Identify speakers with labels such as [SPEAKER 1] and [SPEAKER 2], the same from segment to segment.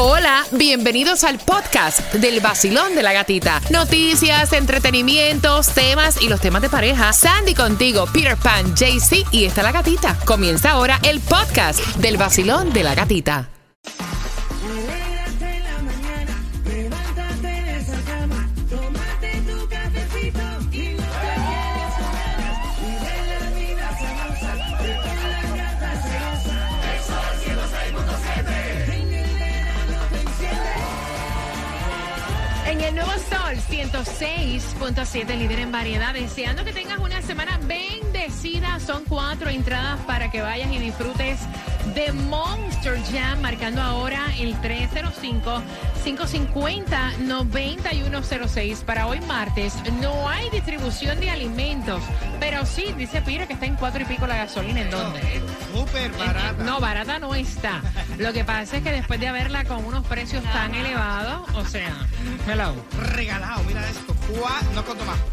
[SPEAKER 1] Hola, bienvenidos al podcast del Vacilón de la Gatita. Noticias, entretenimientos, temas y los temas de pareja. Sandy contigo, Peter Pan, JC y está la gatita. Comienza ahora el podcast del Vacilón de la Gatita. En el Nuevo Sol 106.7, líder en variedad. Deseando que tengas una semana bendecida. Son 4 entradas para que vayas y disfrutes de Monster Jam, marcando ahora el 305-550-9106. Para hoy martes no hay distribución de alimentos, pero sí, dice Pira que está en 4 y pico la gasolina. ¿En dónde?
[SPEAKER 2] Súper barata.
[SPEAKER 1] No, barata no está. Lo que pasa es que después de haberla con unos precios tan elevados, o sea, hello.
[SPEAKER 2] Regalado, mira esto. No conto más.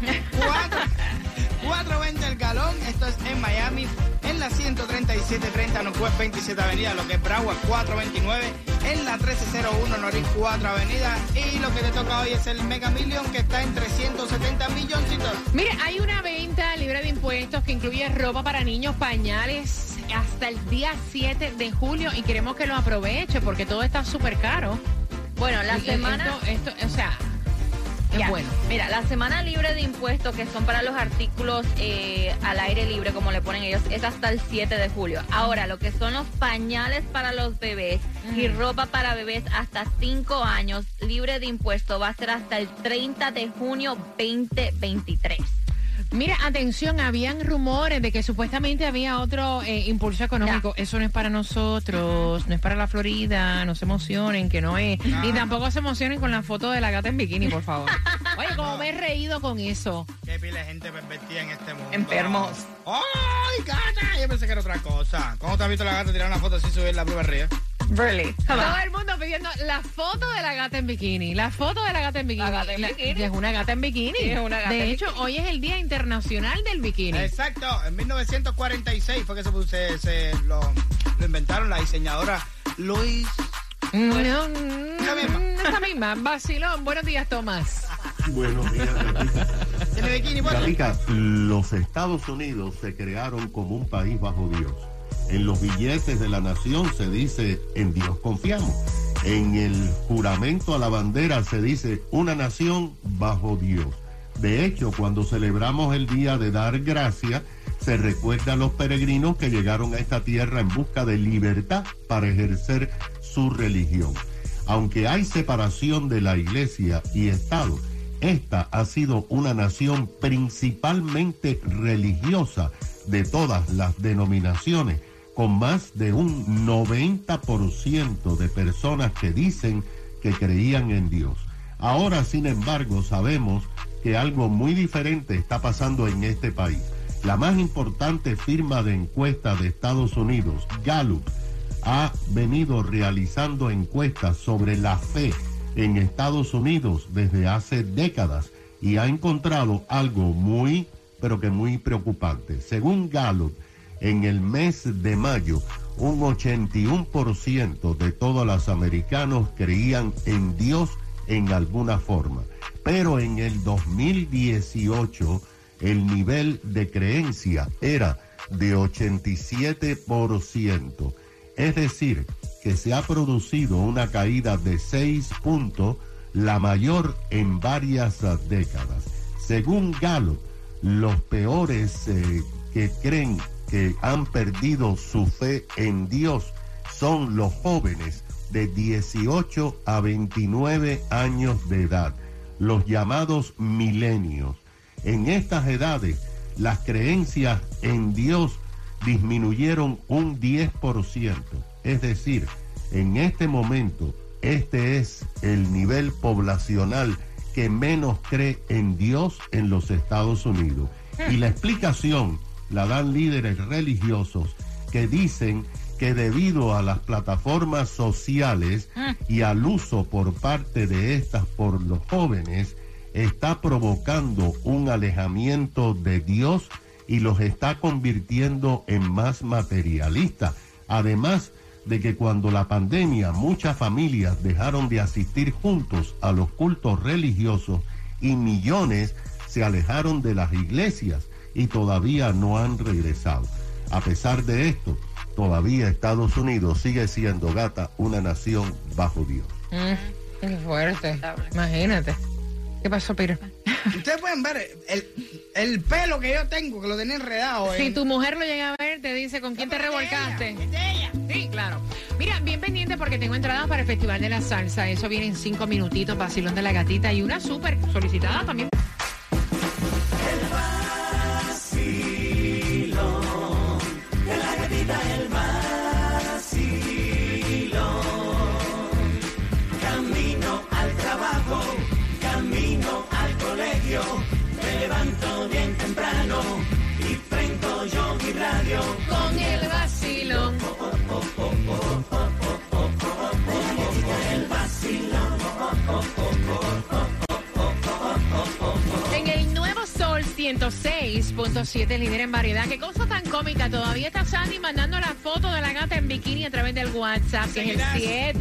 [SPEAKER 2] 4.20 el galón. Esto es en Miami, en la 13730 Northwest 27 Avenida, lo que es Broward 429, en la 1301 Norris 4 Avenida. Y lo que te toca hoy es el Mega Million, que está en 370 milloncitos.
[SPEAKER 1] Mire, hay una venta libre de impuestos que incluye ropa para niños, pañales, hasta el día 7 de julio y queremos que lo aproveche porque todo está súper caro.
[SPEAKER 3] Bueno, la semana...
[SPEAKER 1] Esto, o sea...
[SPEAKER 3] Ya,
[SPEAKER 1] bueno.
[SPEAKER 3] Mira, la semana libre de impuestos, que son para los artículos al aire libre, como le ponen ellos, es hasta el 7 de julio. Ahora, lo que son los pañales para los bebés y ropa para bebés hasta 5 años, libre de impuestos, va a ser hasta el 30 de junio 2023.
[SPEAKER 1] Mira, atención, habían rumores de que supuestamente había otro impulso económico. Ya. Eso no es para nosotros, no es para la Florida, no se emocionen, que no es. No. Y tampoco se emocionen con la foto de la gata en bikini, por favor. Oye, cómo me he reído con eso.
[SPEAKER 2] Qué pila de gente pervertida en este mundo.
[SPEAKER 1] Enfermos.
[SPEAKER 2] ¡Ay, gata! Yo pensé que era otra cosa. ¿Cómo te has visto la gata tirar una foto así y subir la prueba arriba?
[SPEAKER 1] Really? Todo el mundo pidiendo la foto de la gata en bikini. La foto de la gata en bikini.
[SPEAKER 3] La gata en bikini.
[SPEAKER 1] Es una gata en bikini.
[SPEAKER 3] Sí, es una gata
[SPEAKER 1] de
[SPEAKER 3] en
[SPEAKER 1] hecho,
[SPEAKER 3] bikini.
[SPEAKER 1] Hoy es el Día Internacional del Bikini.
[SPEAKER 2] Exacto. En 1946 fue que lo inventaron la diseñadora Louise.
[SPEAKER 1] Esa misma. Vacilón. Buenos días, Tomás.
[SPEAKER 4] Buenos días, Gatica.
[SPEAKER 2] ¿Tiene bikini, bueno?
[SPEAKER 4] Gatica, los Estados Unidos se crearon como un país bajo Dios. En los billetes de la nación se dice, en Dios confiamos. En el juramento a la bandera se dice, una nación bajo Dios. De hecho, cuando celebramos el Día de Dar Gracias, se recuerda a los peregrinos que llegaron a esta tierra en busca de libertad para ejercer su religión. Aunque hay separación de la iglesia y Estado, esta ha sido una nación principalmente religiosa de todas las denominaciones, con más de un 90% de personas que dicen que creían en Dios. Ahora, sin embargo, sabemos que algo muy diferente está pasando en este país. La más importante firma de encuesta de Estados Unidos, Gallup, ha venido realizando encuestas sobre la fe en Estados Unidos desde hace décadas y ha encontrado algo muy, pero que muy preocupante. Según Gallup, en el mes de mayo, un 81% de todos los americanos creían en Dios en alguna forma. Pero en el 2018, el nivel de creencia era de 87%. Es decir, que se ha producido una caída de 6 puntos, la mayor en varias décadas. Según Gallup, los peores que creen que han perdido su fe en Dios son los jóvenes de 18 a 29 años de edad, los llamados milenios. En estas edades, las creencias en Dios disminuyeron un 10%. Es decir, en este momento, este es el nivel poblacional que menos cree en Dios en los Estados Unidos. Y la explicación la dan líderes religiosos que dicen que debido a las plataformas sociales y al uso por parte de estas por los jóvenes, está provocando un alejamiento de Dios y los está convirtiendo en más materialistas. Además, de que cuando la pandemia muchas familias dejaron de asistir juntos a los cultos religiosos y millones se alejaron de las iglesias y todavía no han regresado. A pesar de esto, todavía Estados Unidos sigue siendo, Gata, una nación bajo Dios.
[SPEAKER 1] Qué fuerte. Imagínate. ¿Qué pasó, Peter?
[SPEAKER 2] Ustedes pueden ver el pelo que yo tengo, que lo tenía enredado.
[SPEAKER 1] Si tu mujer lo llega a ver, te dice con quién te revolcaste.
[SPEAKER 2] Es de ella.
[SPEAKER 1] Sí, claro. Mira, bien pendiente porque tengo entradas para el Festival de la Salsa. Eso viene en 5 minutitos, vacilón de la gatita. Y una súper solicitada también.
[SPEAKER 5] Me levanto bien temprano y prendo yo mi radio
[SPEAKER 1] Con el vacilón.
[SPEAKER 5] el vacilón.
[SPEAKER 1] En el nuevo Sol 106.7, líder en variedad. Qué cosa tan cómica. Todavía está Sandy mandando la foto de la gata en bikini a través del WhatsApp, que es el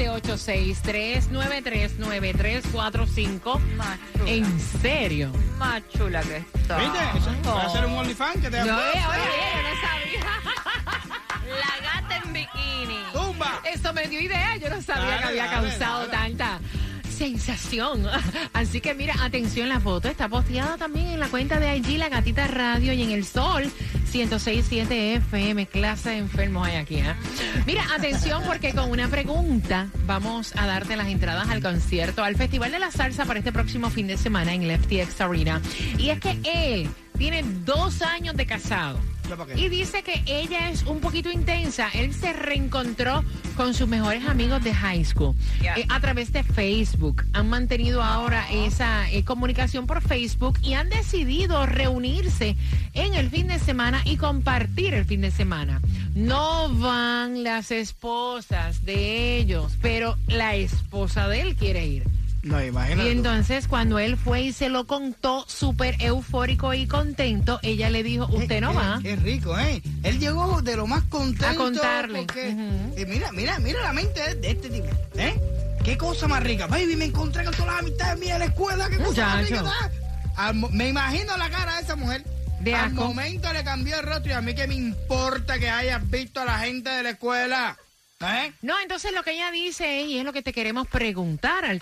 [SPEAKER 1] 786-393-9345.
[SPEAKER 3] Más chula.
[SPEAKER 1] ¿En serio?
[SPEAKER 3] Más chula que está.
[SPEAKER 2] ¿Viste? Eso va a ser un OnlyFans que te
[SPEAKER 1] Yo,
[SPEAKER 2] da.
[SPEAKER 1] oye,
[SPEAKER 3] Yo no sabía. La gata en bikini.
[SPEAKER 2] ¡Tumba!
[SPEAKER 1] Eso me dio idea. Yo no sabía
[SPEAKER 2] Dale,
[SPEAKER 1] que había
[SPEAKER 2] dale,
[SPEAKER 1] causado
[SPEAKER 2] dale.
[SPEAKER 1] tanta sensación. Así que mira, atención, la foto está posteada también en la cuenta de IG La Gatita Radio y en el Sol 106.7 FM. Clase de enfermos hay aquí, ¿eh? Mira, atención porque con una pregunta vamos a darte las entradas al concierto, al Festival de la Salsa para este próximo fin de semana en el FTX Arena. Y es que él tiene 2 años de casado. Y dice que ella es un poquito intensa. Él se reencontró con sus mejores amigos de high school a través de Facebook. Han mantenido ahora esa comunicación por Facebook y han decidido reunirse en el fin de semana y compartir el fin de semana. No van las esposas de ellos, pero la esposa de él quiere ir.
[SPEAKER 2] No, imagínate.
[SPEAKER 1] Y entonces cuando él fue y se lo contó súper eufórico y contento, ella le dijo, usted no va.
[SPEAKER 2] Qué rico, ¿eh? Él llegó de lo más contento.
[SPEAKER 1] A contarle.
[SPEAKER 2] Porque, mira la mente de este tipo, ¿eh? Qué cosa más rica. Baby, me encontré con todas las amistades mías de la escuela. Qué cosa más rica.
[SPEAKER 1] Muchacho.
[SPEAKER 2] Me imagino la cara de esa mujer.
[SPEAKER 1] De
[SPEAKER 2] Al
[SPEAKER 1] asco.
[SPEAKER 2] momento le cambió el rostro y a mí que me importa que hayas visto a la gente de la escuela. ¿Eh?
[SPEAKER 1] No, entonces lo que ella dice, y es lo que te queremos preguntar al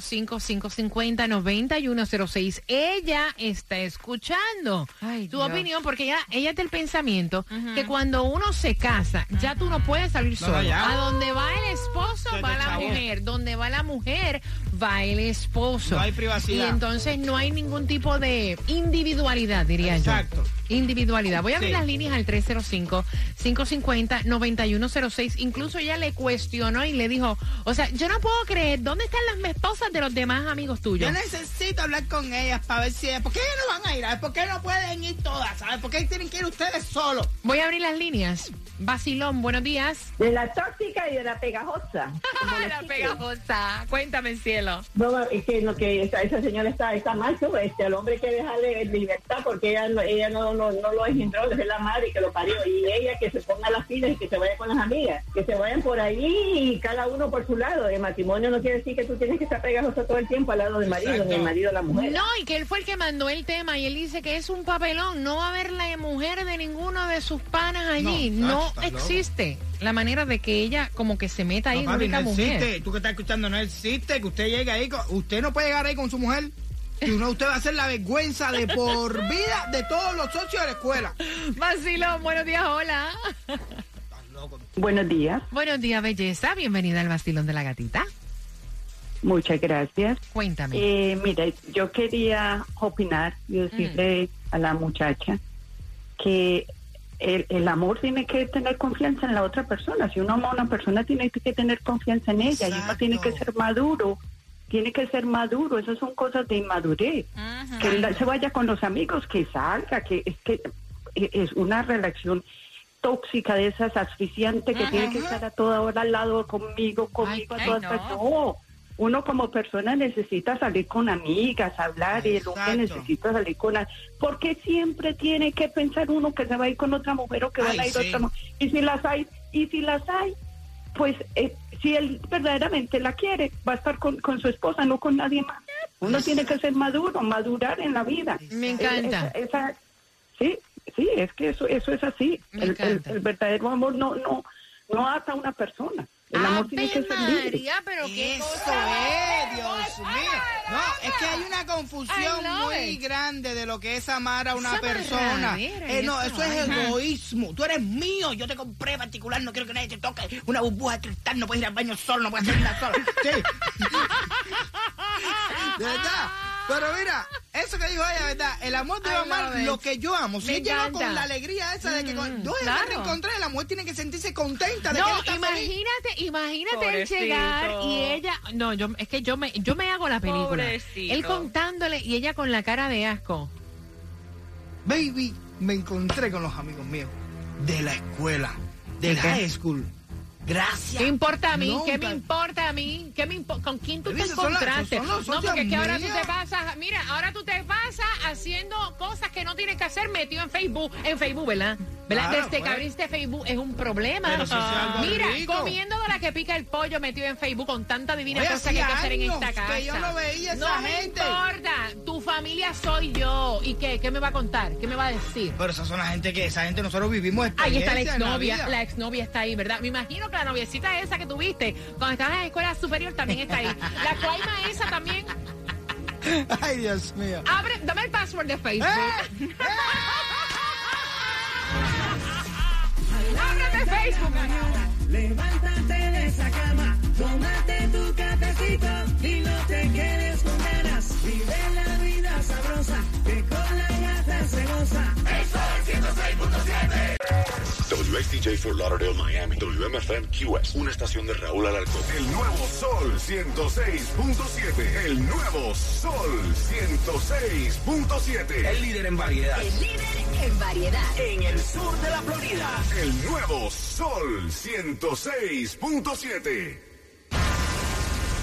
[SPEAKER 1] 305-550-9106. Ella está escuchando
[SPEAKER 3] Ay,
[SPEAKER 1] tu
[SPEAKER 3] Dios.
[SPEAKER 1] opinión, porque ella es del pensamiento que cuando uno se casa, ya tú no puedes salir solo.
[SPEAKER 2] ya.
[SPEAKER 1] A donde va el esposo,
[SPEAKER 2] Se te
[SPEAKER 1] va la
[SPEAKER 2] chavó.
[SPEAKER 1] mujer. Donde va la mujer, va el esposo.
[SPEAKER 2] No hay privacidad.
[SPEAKER 1] Y entonces no hay ningún tipo de individualidad, diría
[SPEAKER 2] Exacto.
[SPEAKER 1] yo. Individualidad. Voy a abrir
[SPEAKER 2] Sí.
[SPEAKER 1] las líneas al 305-550-9106. Incluso ella le cuestionó y le dijo, o sea, yo no puedo creer, ¿dónde están las esposas de los demás amigos tuyos?
[SPEAKER 2] Yo necesito hablar con ellas para ver si... ¿Por qué ellas no van a ir? ¿Por qué no pueden ir todas? ¿Sabes? ¿Por qué tienen que ir ustedes solos?
[SPEAKER 1] Voy a abrir las líneas. Vacilón, buenos días.
[SPEAKER 6] De la tóxica y de la pegajosa. Como
[SPEAKER 1] La
[SPEAKER 6] los chicos.
[SPEAKER 1] pegajosa. Cuéntame, cielo.
[SPEAKER 6] No, es que lo que esa señora está mal, al hombre hay que dejarle libertad porque ella no lo engendró, es la madre que lo parió, y ella que se ponga las pilas y que se vaya con las amigas, que se vayan por ahí y cada uno por su lado. El matrimonio no quiere decir que tú tienes que estar pegajosa todo el tiempo al lado del marido,
[SPEAKER 2] Exacto.
[SPEAKER 6] ni el marido a la mujer.
[SPEAKER 1] No, y que él fue el que mandó el tema y él dice que es un papelón. No va a haber la mujer de ninguno de sus panas allí.
[SPEAKER 2] No,
[SPEAKER 1] No
[SPEAKER 2] estás loco.
[SPEAKER 1] existe la manera de que ella como que se meta ahí
[SPEAKER 2] No,
[SPEAKER 1] en
[SPEAKER 2] papi,
[SPEAKER 1] única
[SPEAKER 2] no
[SPEAKER 1] mujer.
[SPEAKER 2] existe. Tú que estás escuchando, no existe que usted llegue ahí. Usted no puede llegar ahí con su mujer. Y usted va a ser la vergüenza de por vida de todos los socios de la escuela.
[SPEAKER 1] Vacilón, buenos días, hola.
[SPEAKER 2] Estás loco.
[SPEAKER 6] Buenos días,
[SPEAKER 1] Buenos días, belleza. Bienvenida al Vacilón de la Gatita.
[SPEAKER 6] muchas gracias.
[SPEAKER 1] Cuéntame.
[SPEAKER 6] Mira, yo quería opinar y decirle a la muchacha que el amor tiene que tener confianza en la otra persona. Si uno ama a una persona, tiene que tener confianza en ella. Y uno tiene que ser maduro. Tiene que ser maduro. Esas son cosas de inmadurez. Que él se vaya con los amigos, que salga, que es una relación tóxica de esas asfixiantes que tiene que estar a toda hora al lado conmigo
[SPEAKER 1] Ay,
[SPEAKER 6] a todas partes. No. Uno como persona necesita salir con amigas, hablar, y el hombre
[SPEAKER 2] Exacto.
[SPEAKER 6] necesita salir con... ¿Por qué siempre tiene que pensar uno que se va a ir con otra mujer o que van a ir
[SPEAKER 2] sí.
[SPEAKER 6] otra mujer? Y si las hay, pues si él verdaderamente la quiere, va a estar con su esposa, no con nadie más. Uno tiene que ser maduro, madurar en la vida.
[SPEAKER 1] Me encanta.
[SPEAKER 6] Sí, es que eso es así. El verdadero amor no ata a una persona. El amor tiene que ser libre.
[SPEAKER 1] María, pero qué
[SPEAKER 2] Eso
[SPEAKER 1] cosa.
[SPEAKER 2] es, Dios mío. No, es que hay una confusión muy grande de lo que es amar a una
[SPEAKER 1] Esa
[SPEAKER 2] persona.
[SPEAKER 1] maravera,
[SPEAKER 2] No, eso es
[SPEAKER 1] ajá.
[SPEAKER 2] egoísmo. Tú eres mío, yo te compré particular, no quiero que nadie te toque. Una burbuja de cristal, no puedes ir al baño solo, no puedes hacer nada solo. Sí. De verdad. Pero mira, eso que dijo ella, ¿verdad? El amor debe amar lo que yo amo. Si
[SPEAKER 1] Me
[SPEAKER 2] él llega
[SPEAKER 1] encanta.
[SPEAKER 2] con la alegría esa de que yo
[SPEAKER 1] claro.
[SPEAKER 2] me reencontré, la mujer tiene que sentirse contenta de
[SPEAKER 1] No,
[SPEAKER 2] que él está feliz.
[SPEAKER 1] imagínate el
[SPEAKER 3] Pobrecito.
[SPEAKER 1] llegar y ella, no, yo me hago la película.
[SPEAKER 3] Pobrecito.
[SPEAKER 1] Él contándole y ella con la cara de asco.
[SPEAKER 2] Baby, me encontré con los amigos míos de la escuela, del high school. Gracias.
[SPEAKER 1] ¿Qué importa a mí?
[SPEAKER 2] Nunca.
[SPEAKER 1] ¿Qué me importa a mí? ¿Con quién tú
[SPEAKER 2] Baby,
[SPEAKER 1] te
[SPEAKER 2] esos son
[SPEAKER 1] encontraste?
[SPEAKER 2] esos son los
[SPEAKER 1] No,
[SPEAKER 2] socios
[SPEAKER 1] porque es que ahora tú
[SPEAKER 2] míos.
[SPEAKER 1] te pasas, mira, ahora tú te pasas haciendo cosas que no tienes que hacer metido en Facebook, ¿verdad? ¿Verdad?
[SPEAKER 2] Claro,
[SPEAKER 1] Desde que
[SPEAKER 2] pues.
[SPEAKER 1] abriste Facebook es un problema.
[SPEAKER 2] Pero si es algo
[SPEAKER 1] Mira,
[SPEAKER 2] rico.
[SPEAKER 1] comiendo de la que pica el pollo metido en Facebook con tanta divina
[SPEAKER 2] Oye,
[SPEAKER 1] cosa que hay que hacer en
[SPEAKER 2] hacía
[SPEAKER 1] esta
[SPEAKER 2] años
[SPEAKER 1] casa.
[SPEAKER 2] que yo no veía esa
[SPEAKER 1] No me
[SPEAKER 2] gente.
[SPEAKER 1] importa, tu familia soy yo. ¿Y qué? ¿Qué me va a contar? ¿Qué me va a decir?
[SPEAKER 2] Pero esas son la gente que, esa gente nosotros vivimos
[SPEAKER 1] Ahí está la
[SPEAKER 2] experiencia en
[SPEAKER 1] exnovia,
[SPEAKER 2] vida.
[SPEAKER 1] la exnovia está ahí, ¿verdad? Me imagino que la noviecita esa que tuviste cuando estabas en la escuela superior también está ahí. La cuaima esa también.
[SPEAKER 2] Ay, Dios mío.
[SPEAKER 1] Dame el password de Facebook. Ábrete Facebook.
[SPEAKER 5] Levántate de esa cama, tómate tu cafecito y no te quedes con ganas. Vive la vida sabrosa, que con la gata se goza.
[SPEAKER 7] WXTJ Fort Lauderdale, Miami. WMFM QS. Una estación de Raúl Alarcón.
[SPEAKER 8] El nuevo Sol 106.7. El nuevo Sol 106.7.
[SPEAKER 5] El líder en variedad.
[SPEAKER 9] El líder en variedad.
[SPEAKER 5] En el sur de la Florida.
[SPEAKER 8] El nuevo Sol 106.7.